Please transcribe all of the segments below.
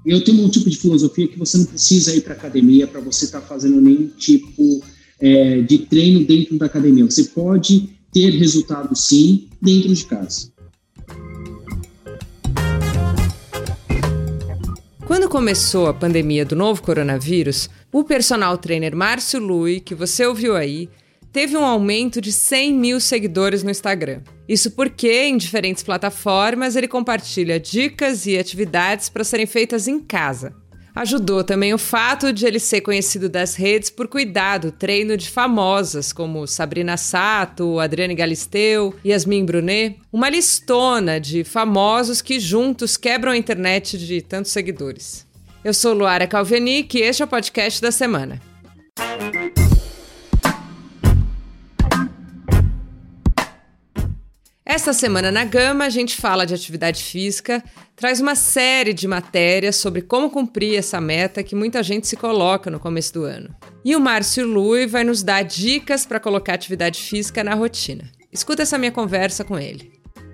eu tenho um tipo de filosofia que você não precisa ir para academia para você estar fazendo nenhum tipo de treino dentro da academia. Você pode ter resultado, sim, dentro de casa. Quando começou a pandemia do novo coronavírus, o personal trainer Márcio Lui, que você ouviu aí, teve um aumento de 100 mil seguidores no Instagram. Isso porque, em diferentes plataformas, ele compartilha dicas e atividades para serem feitas em casa. Ajudou também o fato de ele ser conhecido das redes por cuidar do treino de famosas como Sabrina Sato, Adriane Galisteu, Yasmin Brunet, uma listona de famosos que juntos quebram a internet de tantos seguidores. Eu sou Luara Calvenic e este é o podcast da semana. Esta semana na Gama a gente fala de atividade física, traz uma série de matérias sobre como cumprir essa meta que muita gente se coloca no começo do ano. E o Márcio Lui vai nos dar dicas para colocar atividade física na rotina. Escuta essa minha conversa com ele.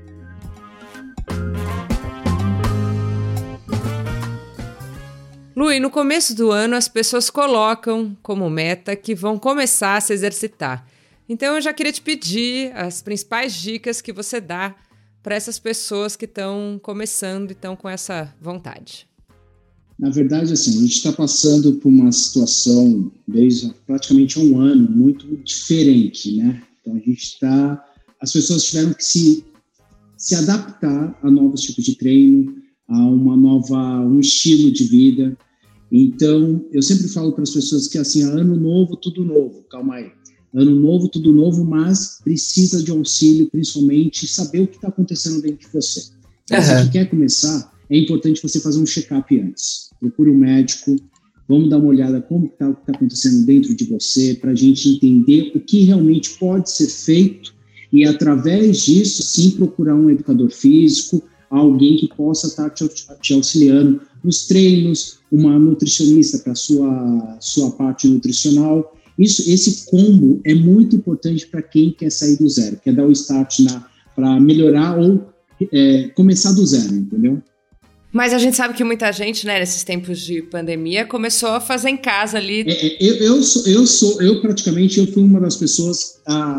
Lui, no começo do ano as pessoas colocam como meta que vão começar a se exercitar. Então eu já queria te pedir as principais dicas que você dá para essas pessoas que estão começando e estão com essa vontade. Na verdade, assim, a gente está passando por uma situação desde praticamente um ano muito diferente, né? Então as pessoas tiveram que se adaptar a novos tipos de treino, a um estilo de vida. Então, eu sempre falo para as pessoas que assim, ano novo, tudo novo. Calma aí. Ano novo, tudo novo, mas precisa de auxílio, principalmente saber o que está acontecendo dentro de você. Se você quer começar, é importante você fazer um check-up antes. Procure um médico, vamos dar uma olhada como está o que está acontecendo dentro de você, para a gente entender o que realmente pode ser feito e, através disso, sim, procurar um educador físico, alguém que possa estar te auxiliando nos treinos, uma nutricionista para a sua parte nutricional. Esse combo é muito importante para quem quer sair do zero, quer dar o start para melhorar ou começar do zero, entendeu? Mas a gente sabe que muita gente, né, nesses tempos de pandemia, começou a fazer em casa ali. Eu praticamente fui uma das pessoas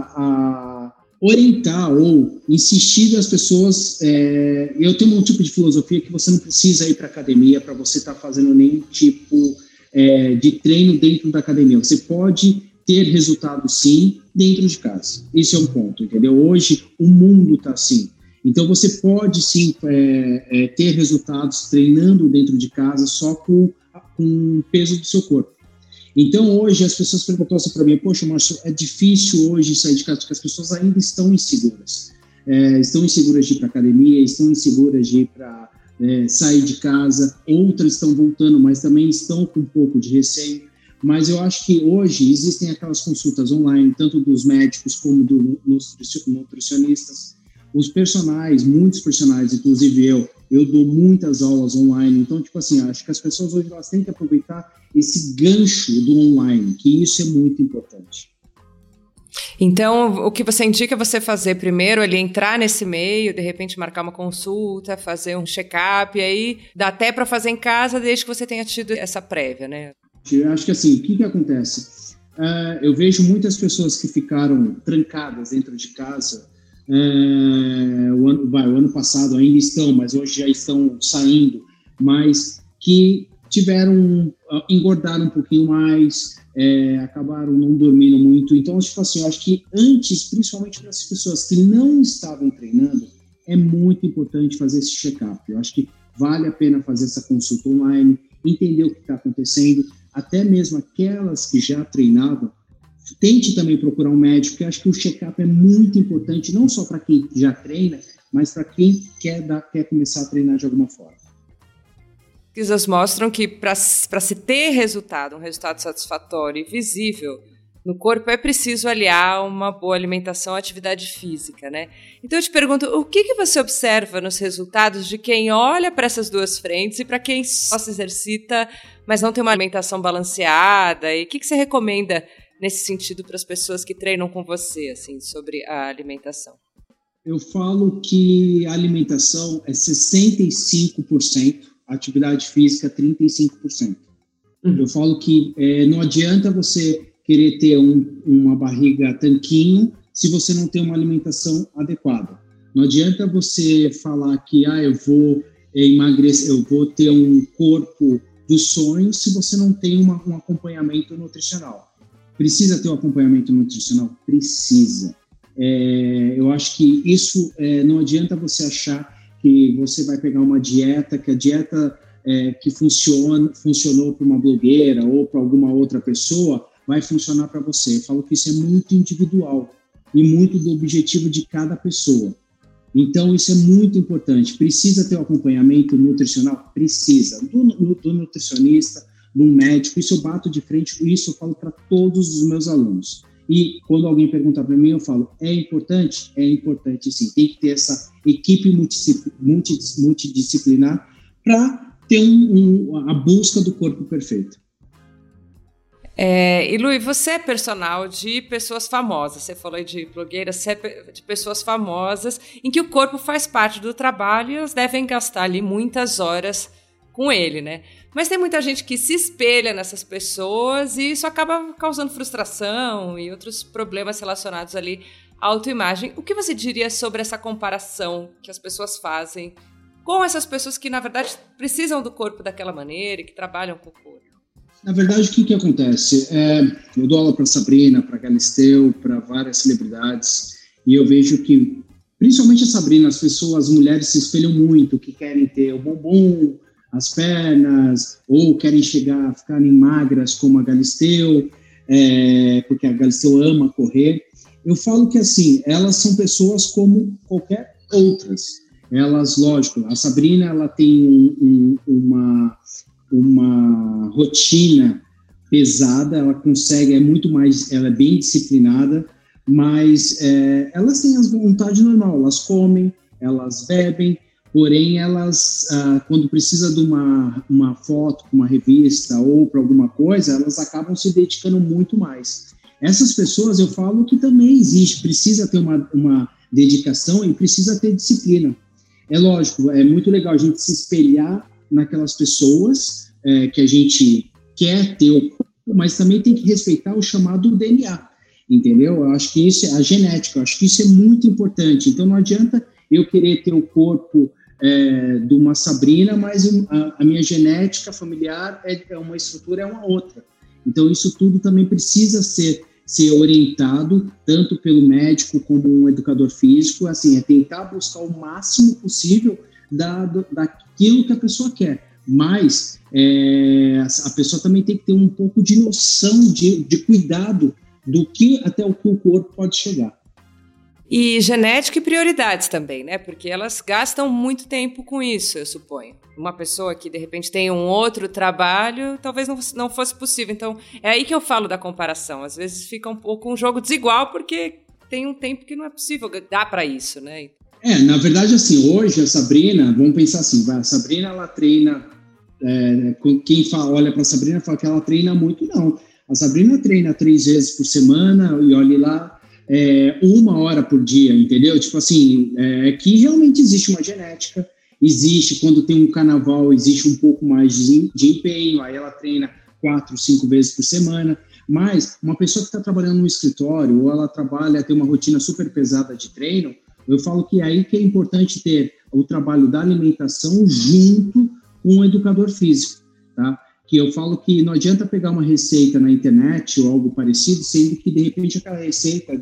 a orientar ou insistir das pessoas. Eu tenho um tipo de filosofia que você não precisa ir para academia para você estar fazendo nenhum tipo de treino dentro da academia. Você pode ter resultado, sim, dentro de casa. Esse é um ponto, entendeu? Hoje, o mundo está assim. Então, você pode, sim, ter resultados treinando dentro de casa só com o peso do seu corpo. Então, hoje, as pessoas perguntam assim para mim, poxa, Márcio, é difícil hoje sair de casa, porque as pessoas ainda estão inseguras. Estão inseguras de ir para academia, estão inseguras de ir para sair de casa, outras estão voltando, mas também estão com um pouco de receio. Mas eu acho que hoje existem aquelas consultas online, tanto dos médicos como dos nutricionistas, os personagens, muitos personagens, inclusive eu dou muitas aulas online. Então, tipo assim, acho que as pessoas hoje elas têm que aproveitar esse gancho do online, que isso é muito importante. Então, o que você indica é você fazer primeiro, ele entrar nesse meio, de repente marcar uma consulta, fazer um check-up, e aí dá até para fazer em casa, desde que você tenha tido essa prévia, né? Eu acho que assim, o que acontece? Eu vejo muitas pessoas que ficaram trancadas dentro de casa, o ano passado ainda estão, mas hoje já estão saindo, mas que engordaram um pouquinho mais, acabaram não dormindo muito. Então, tipo assim, eu acho que antes, principalmente para as pessoas que não estavam treinando, é muito importante fazer esse check-up. Eu acho que vale a pena fazer essa consulta online, entender o que está acontecendo, até mesmo aquelas que já treinavam, tente também procurar um médico, porque eu acho que o check-up é muito importante, não só para quem já treina, mas para quem quer começar a treinar de alguma forma. Pesquisas mostram que para se ter um resultado satisfatório e visível no corpo, é preciso aliar uma boa alimentação à atividade física, né? Então eu te pergunto, o que você observa nos resultados de quem olha para essas duas frentes e para quem só se exercita, mas não tem uma alimentação balanceada? E o que você recomenda nesse sentido para as pessoas que treinam com você, assim, sobre a alimentação? Eu falo que a alimentação é 65% atividade física 35%. Eu falo que não adianta você querer ter uma barriga tanquinho se você não tem uma alimentação adequada. Não adianta você falar que eu vou emagrecer, eu vou ter um corpo dos sonhos se você não tem um acompanhamento nutricional. Precisa ter um acompanhamento nutricional? Precisa. Eu acho que isso não adianta você achar que você vai pegar uma dieta, que a dieta que funcionou para uma blogueira ou para alguma outra pessoa vai funcionar para você. Eu falo que isso é muito individual e muito do objetivo de cada pessoa. Então, isso é muito importante. Precisa ter um acompanhamento nutricional? Precisa. Do nutricionista, do médico. Isso eu bato de frente, isso eu falo para todos os meus alunos. E quando alguém pergunta para mim, eu falo, é importante? É importante, sim. Tem que ter essa equipe multidisciplinar para ter a busca do corpo perfeito. E Luiz, você é personal de pessoas famosas, você falou de blogueiras, você é de pessoas famosas, em que o corpo faz parte do trabalho e elas devem gastar ali muitas horas com ele, né? Mas tem muita gente que se espelha nessas pessoas e isso acaba causando frustração e outros problemas relacionados ali à autoimagem. O que você diria sobre essa comparação que as pessoas fazem com essas pessoas que, na verdade, precisam do corpo daquela maneira e que trabalham com o corpo? Na verdade, o que acontece? Eu dou aula para Sabrina, para Galisteu, para várias celebridades, e eu vejo que, principalmente a Sabrina, as mulheres se espelham muito, que querem ter o bumbum, as pernas, ou querem ficarem magras como a Galisteu, porque a Galisteu ama correr. Eu falo que, assim, elas são pessoas como qualquer outras. Elas, lógico, a Sabrina, ela tem uma rotina pesada, ela consegue, ela é bem disciplinada, mas elas têm as vontades normal, elas comem, elas bebem, porém elas, quando precisa de uma foto, uma revista ou para alguma coisa, elas acabam se dedicando muito mais. Essas pessoas, eu falo que também precisa ter uma dedicação e precisa ter disciplina. É lógico, é muito legal a gente se espelhar naquelas pessoas que a gente quer ter o corpo, mas também tem que respeitar o chamado DNA, entendeu? Eu acho que isso é a genética, eu acho que isso é muito importante. Então não adianta eu querer ter o corpo de uma Sabrina, mas a minha genética familiar é uma estrutura, é uma outra. Então isso tudo também precisa ser orientado, tanto pelo médico como um educador físico, assim, tentar buscar o máximo possível daquilo que a pessoa quer. Mas a pessoa também tem que ter um pouco de noção de cuidado até o que o corpo pode chegar. E genética e prioridades também, né? Porque elas gastam muito tempo com isso, eu suponho. Uma pessoa que, de repente, tem um outro trabalho, talvez não fosse possível. Então, é aí que eu falo da comparação. Às vezes fica um pouco um jogo desigual, porque tem um tempo que não é possível dar para isso, né? Na verdade, assim, hoje a Sabrina, vamos pensar assim, a Sabrina, ela treina, quem olha para a Sabrina fala que ela treina muito, não. A Sabrina treina 3 vezes por semana e olha lá, 1 hora por dia, entendeu? Tipo assim, que realmente existe uma genética, existe, quando tem um carnaval, existe um pouco mais de empenho, aí ela treina 4, 5 vezes por semana, mas uma pessoa que está trabalhando no escritório, ou ela tem uma rotina super pesada de treino, eu falo que é aí que é importante ter o trabalho da alimentação junto com o educador físico, tá? Que eu falo que não adianta pegar uma receita na internet ou algo parecido, sendo que, de repente, aquela receita,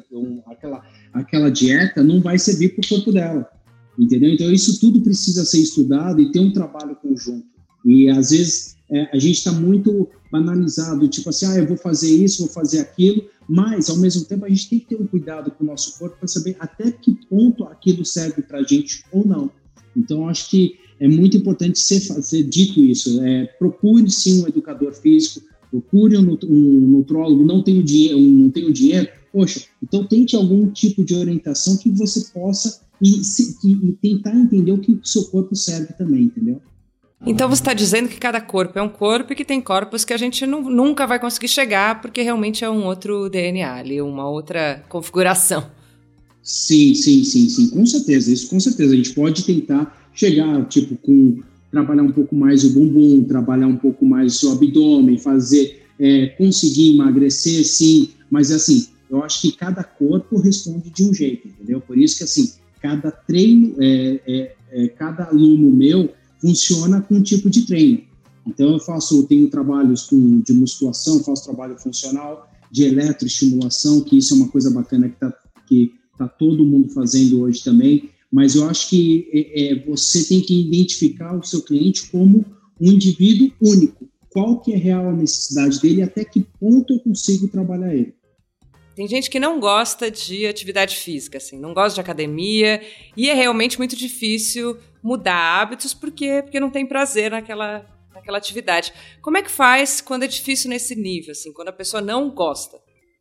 aquela dieta não vai servir para o corpo dela, entendeu? Então, isso tudo precisa ser estudado e ter um trabalho conjunto. E, às vezes, a gente está muito banalizado, tipo assim, eu vou fazer isso, vou fazer aquilo, mas, ao mesmo tempo, a gente tem que ter um cuidado com o nosso corpo para saber até que ponto aquilo serve para a gente ou não. Então, acho que é muito importante ser dito isso. Procure, sim, um educador físico, procure um nutrólogo, não tenho dinheiro, poxa, então tente algum tipo de orientação que você possa e tentar entender o que o seu corpo serve também, entendeu? Então você está dizendo que cada corpo é um corpo e que tem corpos que a gente nunca vai conseguir chegar porque realmente é um outro DNA ali, uma outra configuração. Sim, com certeza, isso com certeza. A gente pode tentar chegar, tipo, com trabalhar um pouco mais o bumbum, trabalhar um pouco mais o abdômen, conseguir emagrecer, sim, mas assim, eu acho que cada corpo responde de um jeito, entendeu? Por isso que assim, cada treino, cada aluno meu funciona com um tipo de treino. Então eu tenho trabalhos de musculação, faço trabalho funcional, de eletroestimulação, que isso é uma coisa bacana que tá todo mundo fazendo hoje também, mas eu acho que você tem que identificar o seu cliente como um indivíduo único. Qual que é a real necessidade dele e até que ponto eu consigo trabalhar ele. Tem gente que não gosta de atividade física, assim, não gosta de academia, e é realmente muito difícil mudar hábitos porque não tem prazer naquela atividade. Como é que faz quando é difícil nesse nível, assim, quando a pessoa não gosta?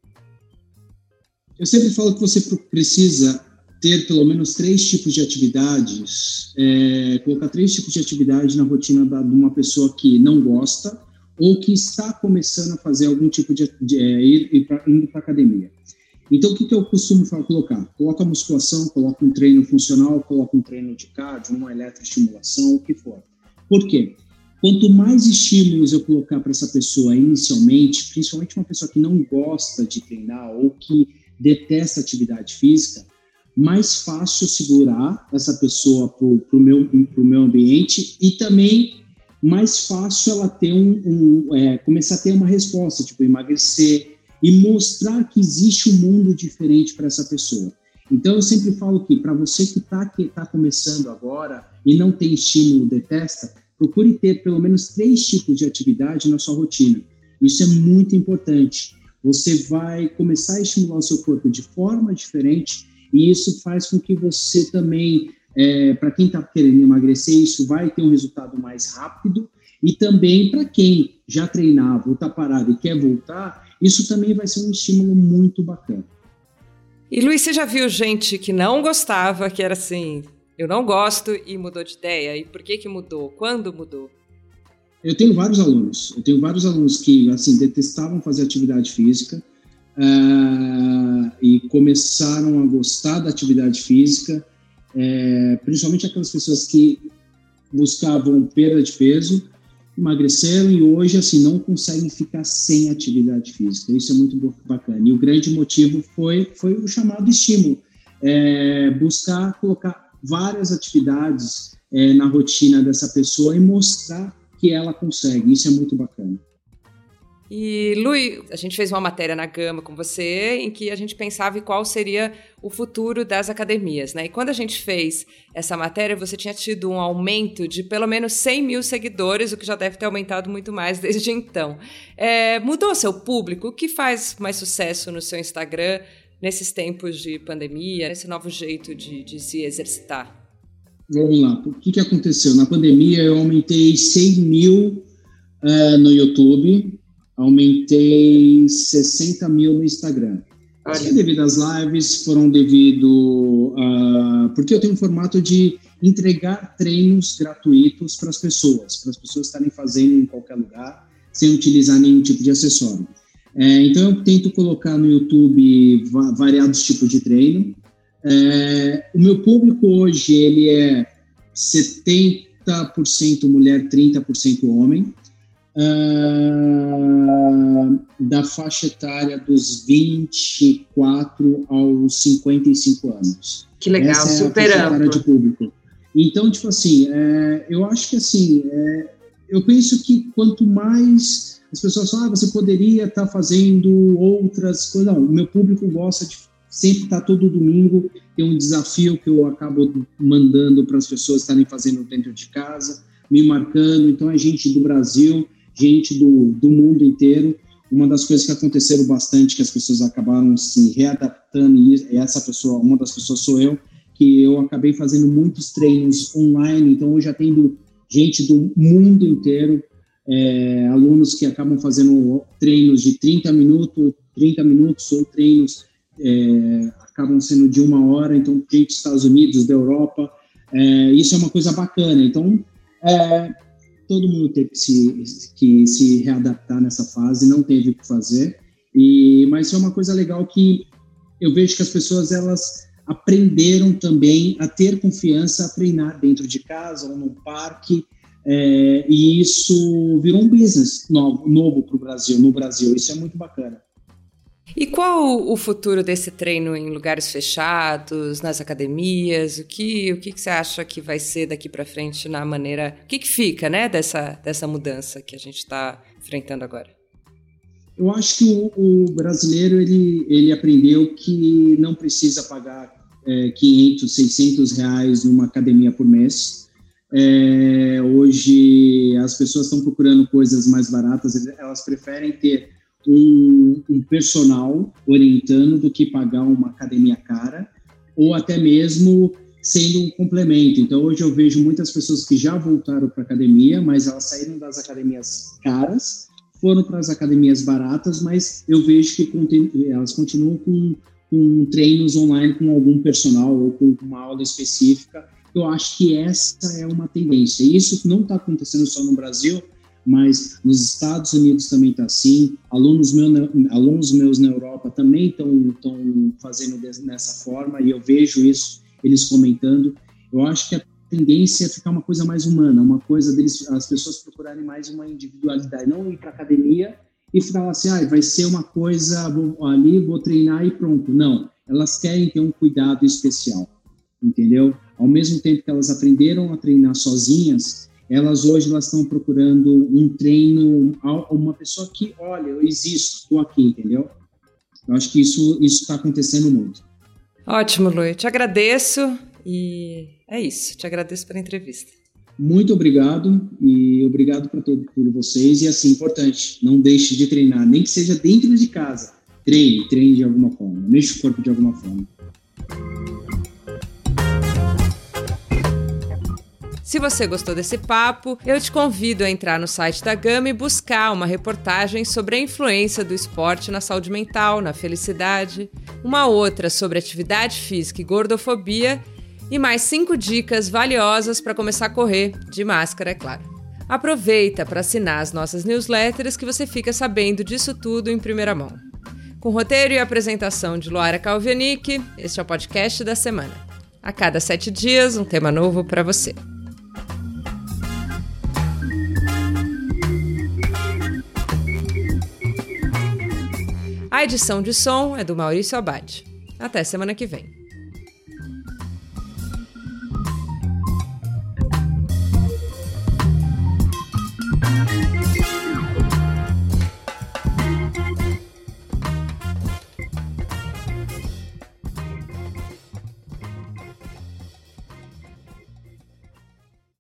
Eu sempre falo que você precisa ter pelo menos 3 tipos de atividades, colocar 3 tipos de atividade na rotina de uma pessoa que não gosta ou que está começando a fazer algum tipo de indo para academia. Então, o que eu costumo colocar? Coloca musculação, coloca um treino funcional, coloca um treino de cardio, uma eletroestimulação, o que for. Por quê? Quanto mais estímulos eu colocar para essa pessoa inicialmente, principalmente uma pessoa que não gosta de treinar ou que detesta atividade física, mais fácil segurar essa pessoa para o meu ambiente e também mais fácil ela ter começar a ter uma resposta, tipo emagrecer e mostrar que existe um mundo diferente para essa pessoa. Então eu sempre falo que para você que tá começando agora e não tem estímulo, detesta, procure ter pelo menos 3 tipos de atividade na sua rotina. Isso é muito importante. Você vai começar a estimular o seu corpo de forma diferente e isso faz com que você também, para quem está querendo emagrecer, isso vai ter um resultado mais rápido e também para quem já treinava ou está parado e quer voltar, isso também vai ser um estímulo muito bacana. E Luiz, você já viu gente que não gostava, que era assim, eu não gosto e mudou de ideia? E por que mudou? Quando mudou? Eu tenho vários alunos que assim detestavam fazer atividade física e começaram a gostar da atividade física, principalmente aquelas pessoas que buscavam perda de peso, emagreceram e hoje assim não conseguem ficar sem atividade física. Isso é muito bacana. E o grande motivo foi o chamado estímulo, buscar colocar várias atividades na rotina dessa pessoa e mostrar que ela consegue. Isso é muito bacana. E, Luiz, a gente fez uma matéria na Gama com você em que a gente pensava em qual seria o futuro das academias, né? E quando a gente fez essa matéria, você tinha tido um aumento de pelo menos 100 mil seguidores, o que já deve ter aumentado muito mais desde então. Mudou seu público? O que faz mais sucesso no seu Instagram nesses tempos de pandemia, nesse novo jeito de se exercitar? Vamos lá. O que aconteceu? Na pandemia, eu aumentei 100 mil no YouTube, aumentei 60 mil no Instagram. Isso é devido às lives, foram devido porque eu tenho um formato de entregar treinos gratuitos para as pessoas estarem fazendo em qualquer lugar, sem utilizar nenhum tipo de acessório. Então, eu tento colocar no YouTube variados tipos de treino. O meu público hoje, ele é 70% mulher, 30% homem. Da faixa etária dos 24 aos 55 anos. Que legal, essa é a faixa etária de público. Então, tipo assim, eu acho que assim, eu penso que quanto mais as pessoas falam, você poderia estar fazendo outras coisas. Não, o meu público gosta de sempre estar todo domingo, tem um desafio que eu acabo mandando para as pessoas estarem fazendo dentro de casa, me marcando. Então, é gente do Brasil, gente do mundo inteiro. Uma das coisas que aconteceram bastante, que as pessoas acabaram se readaptando, e uma das pessoas sou eu, que eu acabei fazendo muitos treinos online, então hoje já tendo gente do mundo inteiro, alunos que acabam fazendo treinos de 30 minutos ou treinos acabam sendo de 1 hora, então gente dos Estados Unidos, da Europa, isso é uma coisa bacana. Então, todo mundo teve que se readaptar nessa fase, não teve o que fazer, mas é uma coisa legal que eu vejo que as pessoas, elas aprenderam também a ter confiança, a treinar dentro de casa ou no parque, E isso virou um business novo para o Brasil, no Brasil. Isso é muito bacana. E qual o futuro desse treino em lugares fechados, nas academias? O que você acha que vai ser daqui para frente na maneira... O que fica, né, dessa mudança que a gente está enfrentando agora? Eu acho que o brasileiro ele aprendeu que não precisa pagar 500, 600 reais numa academia por mês. Hoje as pessoas estão procurando coisas mais baratas, elas preferem ter um personal orientando do que pagar uma academia cara, ou até mesmo sendo um complemento. Então hoje eu vejo muitas pessoas que já voltaram para a academia, mas elas saíram das academias caras, foram para as academias baratas, mas eu vejo que elas continuam com treinos online com algum personal ou com uma aula específica. Eu acho que essa é uma tendência. E isso não está acontecendo só no Brasil, mas nos Estados Unidos também está assim. Alunos meus na Europa também estão fazendo dessa forma, e eu vejo isso, eles comentando. Eu acho que a tendência é ficar uma coisa mais humana, uma coisa as pessoas procurarem mais uma individualidade, não ir para academia e falar assim, vai ser uma coisa, vou treinar e pronto. Não, elas querem ter um cuidado especial, entendeu? Ao mesmo tempo que elas aprenderam a treinar sozinhas, hoje elas estão procurando um treino, uma pessoa que, olha, eu existo, estou aqui, entendeu? Eu acho que isso está acontecendo muito. Ótimo, Lui. Te agradeço e é isso. Te agradeço pela entrevista. Muito obrigado e obrigado por vocês. E assim, importante, não deixe de treinar, nem que seja dentro de casa. Treine de alguma forma, mexa o corpo de alguma forma. Se você gostou desse papo, eu te convido a entrar no site da Gama e buscar uma reportagem sobre a influência do esporte na saúde mental, na felicidade, uma outra sobre atividade física e gordofobia e mais 5 dicas valiosas para começar a correr, de máscara, é claro. Aproveita para assinar as nossas newsletters que você fica sabendo disso tudo em primeira mão. Com roteiro e apresentação de Luara Calvianic, este é o podcast da semana. A cada 7 dias, um tema novo para você. A edição de som é do Maurício Abad. Até semana que vem.